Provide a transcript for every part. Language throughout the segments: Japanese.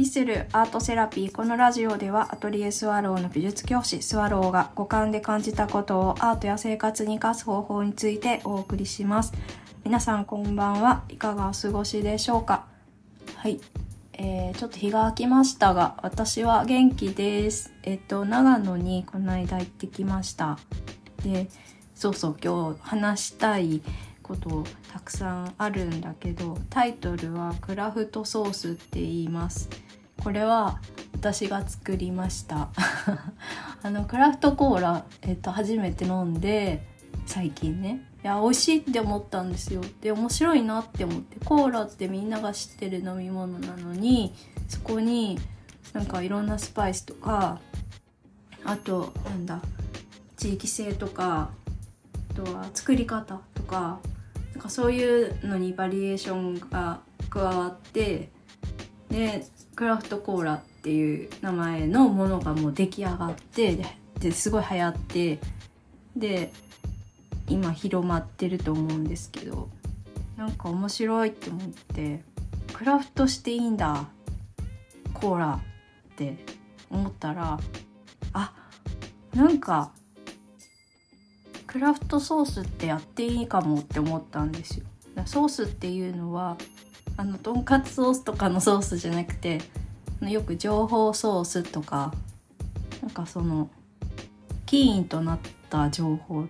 美するアートセラピー。このラジオではアトリエスワローの美術教師スワローが五感で感じたことをアートや生活に生かす方法についてお送りします。皆さんこんばんは。いかがお過ごしでしょうか。はい、ちょっと日が空きましたが私は元気です。長野にこの間行ってきました。で、今日話したいことたくさんあるんだけど、タイトルはクラフトソースって言います。これは私が作りましたクラフトコーラ、初めて飲んで最近ね、いや美味しいって思ったんですよ。で面白いなって思って、コーラってみんなが知ってる飲み物なのに、そこになんかいろんなスパイスとか、あと地域性とか、あとは作り方とか、なんかそういうのにバリエーションが加わって、でクラフトコーラっていう名前のものがもう出来上がって、ですごい流行って、で今広まってると思うんですけど、なんか面白いって思って、クラフトしていいんだコーラって思ったら、なんかクラフトソースってやっていいかもって思ったんですよ。ソースっていうのはとんかつソースとかのソースじゃなくて、よく情報ソースとか、なんかそのキーンとなった情報、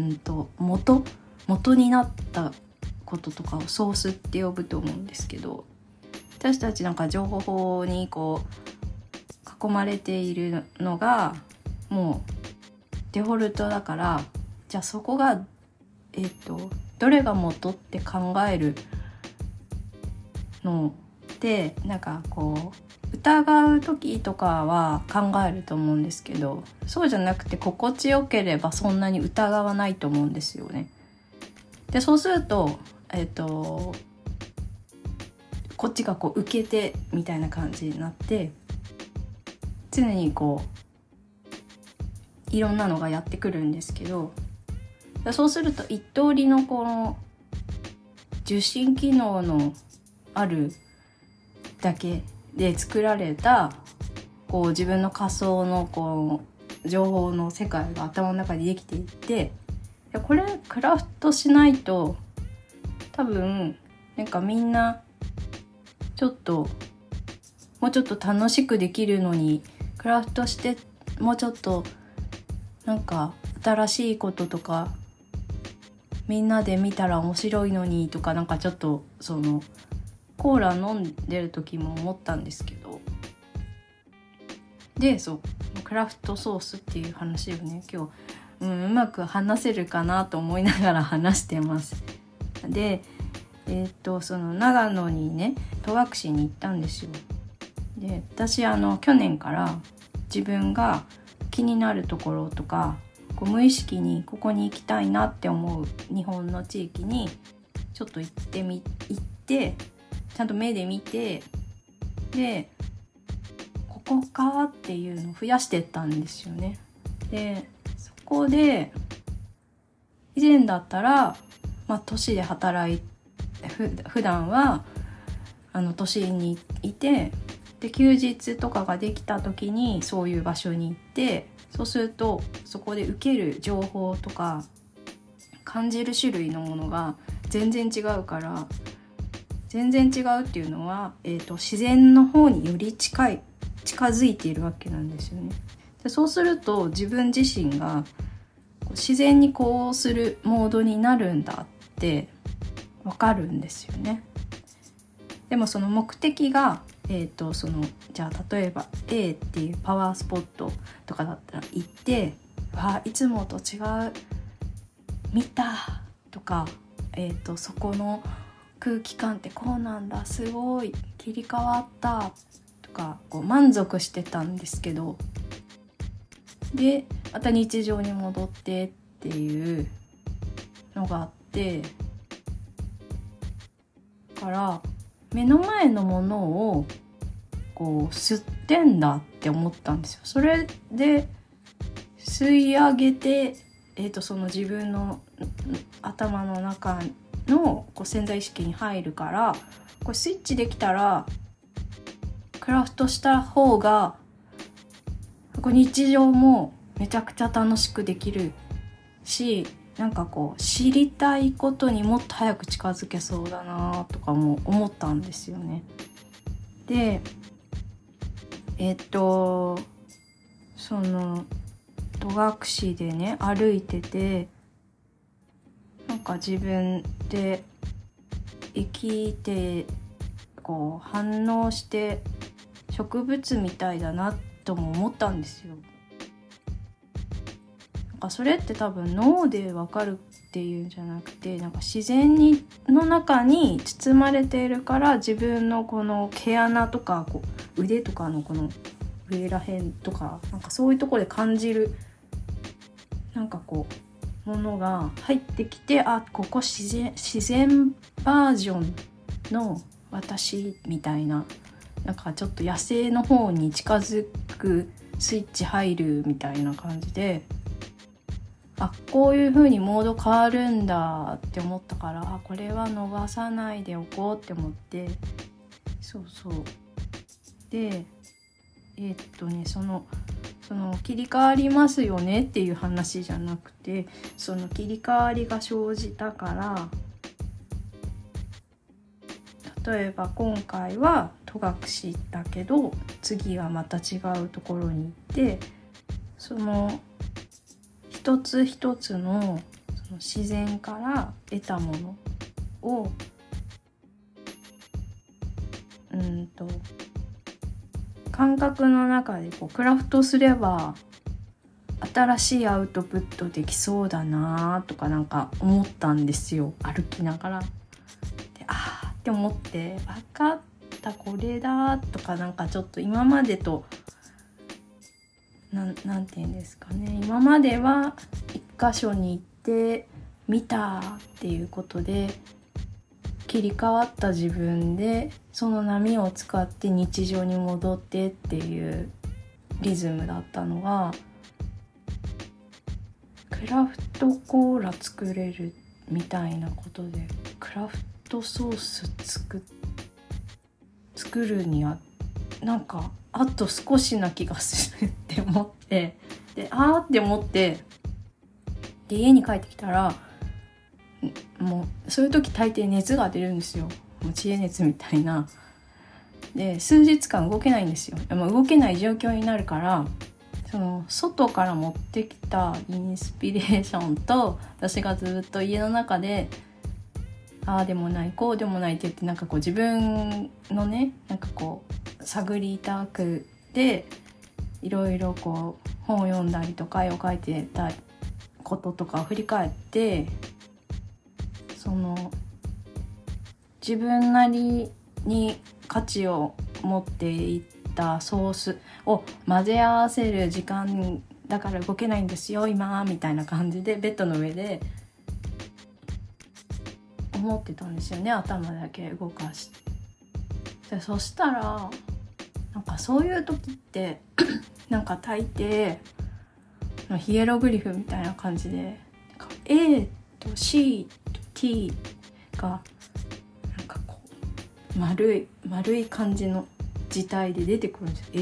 元になったこととかをソースって呼ぶと思うんですけど、私たちなんか情報にこう囲まれているのがもうデフォルトだから、じゃあそこがどれが元って考えるので、なんかこう疑う時とかは考えると思うんですけど、そうじゃなくて心地よければそんなに疑わないと思うんですよね。でそうするとこっちがこう受け手みたいな感じになって、常にこういろんなのがやってくるんですけど、そうすると一通りのこの受信機能のあるだけで作られたこう自分の仮想のこう情報の世界が頭の中にできていって、これクラフトしないと多分なんかみんなもうちょっと楽しくできるのに、クラフトしてもうちょっとなんか新しいこととかみんなで見たら面白いのにとか、なんかちょっとそのコーラ飲んでる時も思ったんですけど、でクラフトソースっていう話をね、今日、うまく話せるかなと思いながら話してます。でその長野にね、戸隠に行ったんですよ。で私去年から自分が気になるところとか、こう無意識にここに行きたいなって思う日本の地域にちょっと行ってちゃんと目で見て、でここかっていうのを増やしてったんですよね。でそこで以前だったら、都市で働いて普段は都市にいて、で休日とかができた時にそういう場所に行って、そうするとそこで受ける情報とか感じる種類のものが全然違うから、全然違うっていうのは、自然の方により近づいているわけなんですよね。でそうすると自分自身が自然にこうするモードになるんだってわかるんですよね。でもその目的がじゃあ例えば A っていうパワースポットとかだったら行って、いつもと違う見たとか、そこの空気感ってこうなんだ、すごい切り替わったとか、こう満足してたんですけど、でまた日常に戻ってっていうのがあって、だから目の前のものをこう吸ってんだって思ったんですよ。それで吸い上げて、その自分の頭の中のこう潜在意識に入るから、これスイッチできたらククラフトした方が日常もめちゃくちゃ楽しくできるし、なんかこう知りたいことにもっと早く近づけそうだなとかも思ったんですよね。でその戸隠でね歩いてて、なんか自分で生きてこう反応して植物みたいだなとも思ったんですよ。なんかそれって多分脳でわかるっていうんじゃなくて、なんか自然の中に包まれているから、自分のこの毛穴とかこう腕とかのこの上らへんとか、なんかそういうところで感じるなんかこうものが入ってきて、あ、ここ自然バージョンの私みたいな、なんかちょっと野生の方に近づくスイッチ入るみたいな感じで、あ、こういう風にモード変わるんだって思ったから、あ、これは逃さないでおこうって思って、そうでその切り替わりますよねっていう話じゃなくて、その切り替わりが生じたから、例えば今回は戸隠だけど次はまた違うところに行って、その一つ一つのその自然から得たものを感覚の中でこうクラフトすれば新しいアウトプットできそうだなとかなんか思ったんですよ、歩きながら。で、あーって思って、分かったこれだとか、なんかちょっと今までとなんて言うんですかね、今までは一箇所に行って見たっていうことで切り替わった自分でその波を使って日常に戻ってっていうリズムだったのが、クラフトコーラ作れるみたいなことでクラフトソース作るにはなんかあと少しな気がするって思って、でって思って、で家に帰ってきたら、もうそういう時大抵熱が出るんですよ。もう知恵熱みたいな。で数日間動けないんですよ。動けない状況になるから、その外から持ってきたインスピレーションと私がずっと家の中でああでもないこうでもないって言って、なんかこう自分のね、なんかこう探りたくでいろいろこう本を読んだりとか絵を描いてたこととかを振り返って、その自分なりに価値を持っていったソースを混ぜ合わせる時間だから動けないんですよ今みたいな感じでベッドの上で思ってたんですよね、頭だけ動かして。でそしたらなんかそういう時ってなんか大抵ヒエログリフみたいな感じで A と C と T がなんかこう丸い感じの字体で出てくるんですよ。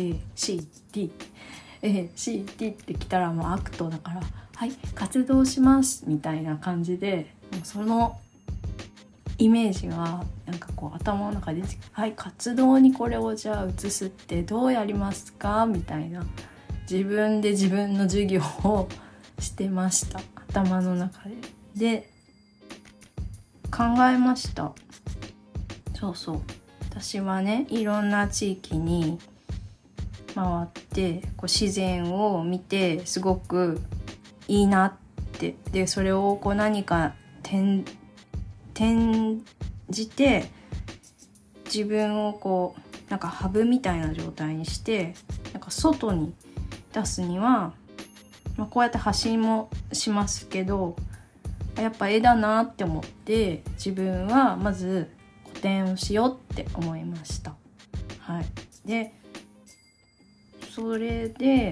ACD ってきたらもうアクトだから、はい活動しますみたいな感じで、もうそのイメージがなんかこう頭の中で出てきて、はい活動にこれをじゃあ移すってどうやりますかみたいな、自分で自分の授業をしてました、頭の中で。で考えました。そう私はね、いろんな地域に回ってこう自然を見てすごくいいなって、でそれをこう何か転じて自分をこうなんかハブみたいな状態にして、なんか外に出すには、こうやって発信もしますけど、やっぱ絵だなって思って自分はまず個展をしようって思いました。はい。でそれで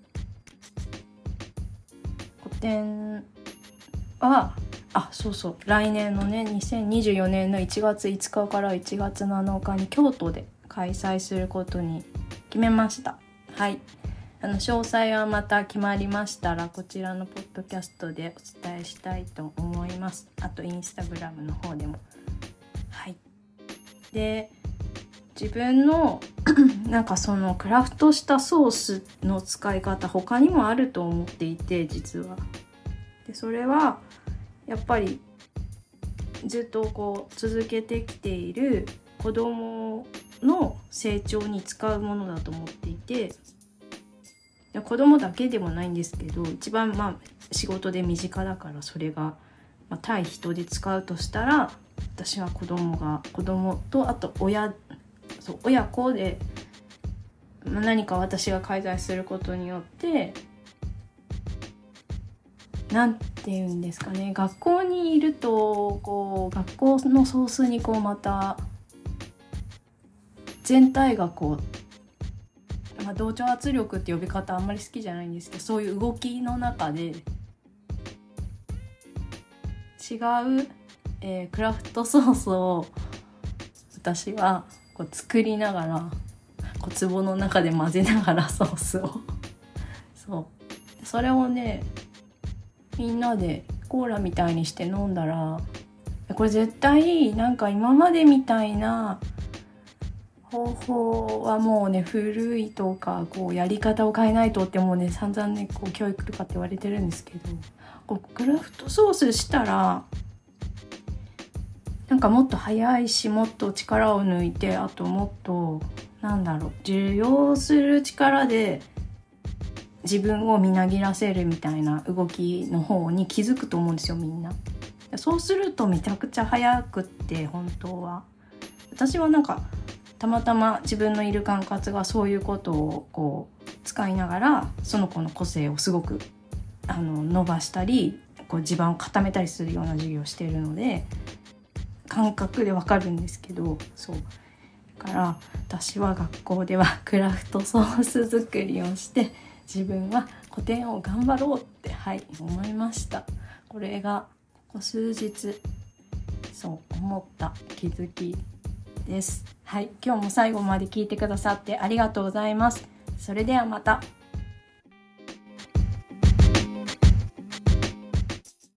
個展は来年のね2024年の1月5日から1月7日に京都で開催することに決めました。はい、詳細はまた決まりましたらこちらのポッドキャストでお伝えしたいと思います。あとインスタグラムの方でも。はい。で、自分のなんかそのクラフトしたソースの使い方他にもあると思っていて、実は。でそれはやっぱりずっとこう続けてきている子供の成長に使うものだと思っていて、子供だけでもないんですけど、一番仕事で身近だからそれが、対人で使うとしたら、私は子供とあと親子で、何か私が開催することによってなんていうんですかね、学校にいるとこう学校のソースにこうまた全体がこう、同調圧力って呼び方あんまり好きじゃないんですけど、そういう動きの中で違う、クラフトソースを私はこう作りながら、こう壺の中で混ぜながらソースをそれをね、みんなでコーラみたいにして飲んだら、これ絶対なんか今までみたいな方法はもうね古いとか、こうやり方を変えないとってもうね散々ねこう教育とかって言われてるんですけど、こうクラフトソースしたらなんかもっと早いし、もっと力を抜いて、あともっと受容する力で自分をみなぎらせるみたいな動きの方に気づくと思うんですよ、みんな。そうするとめちゃくちゃ早くって、本当は私はなんかたまたま自分のいる管轄がそういうことをこう使いながら、その子の個性をすごく伸ばしたり、こう地盤を固めたりするような授業をしているので、感覚でわかるんですけど、そうだから私は学校ではクラフトソース作りをして自分は個展を頑張ろうって、思いました。これがここ数日そう思った気づきです。今日も最後まで聞いてくださってありがとうございます。それではまた。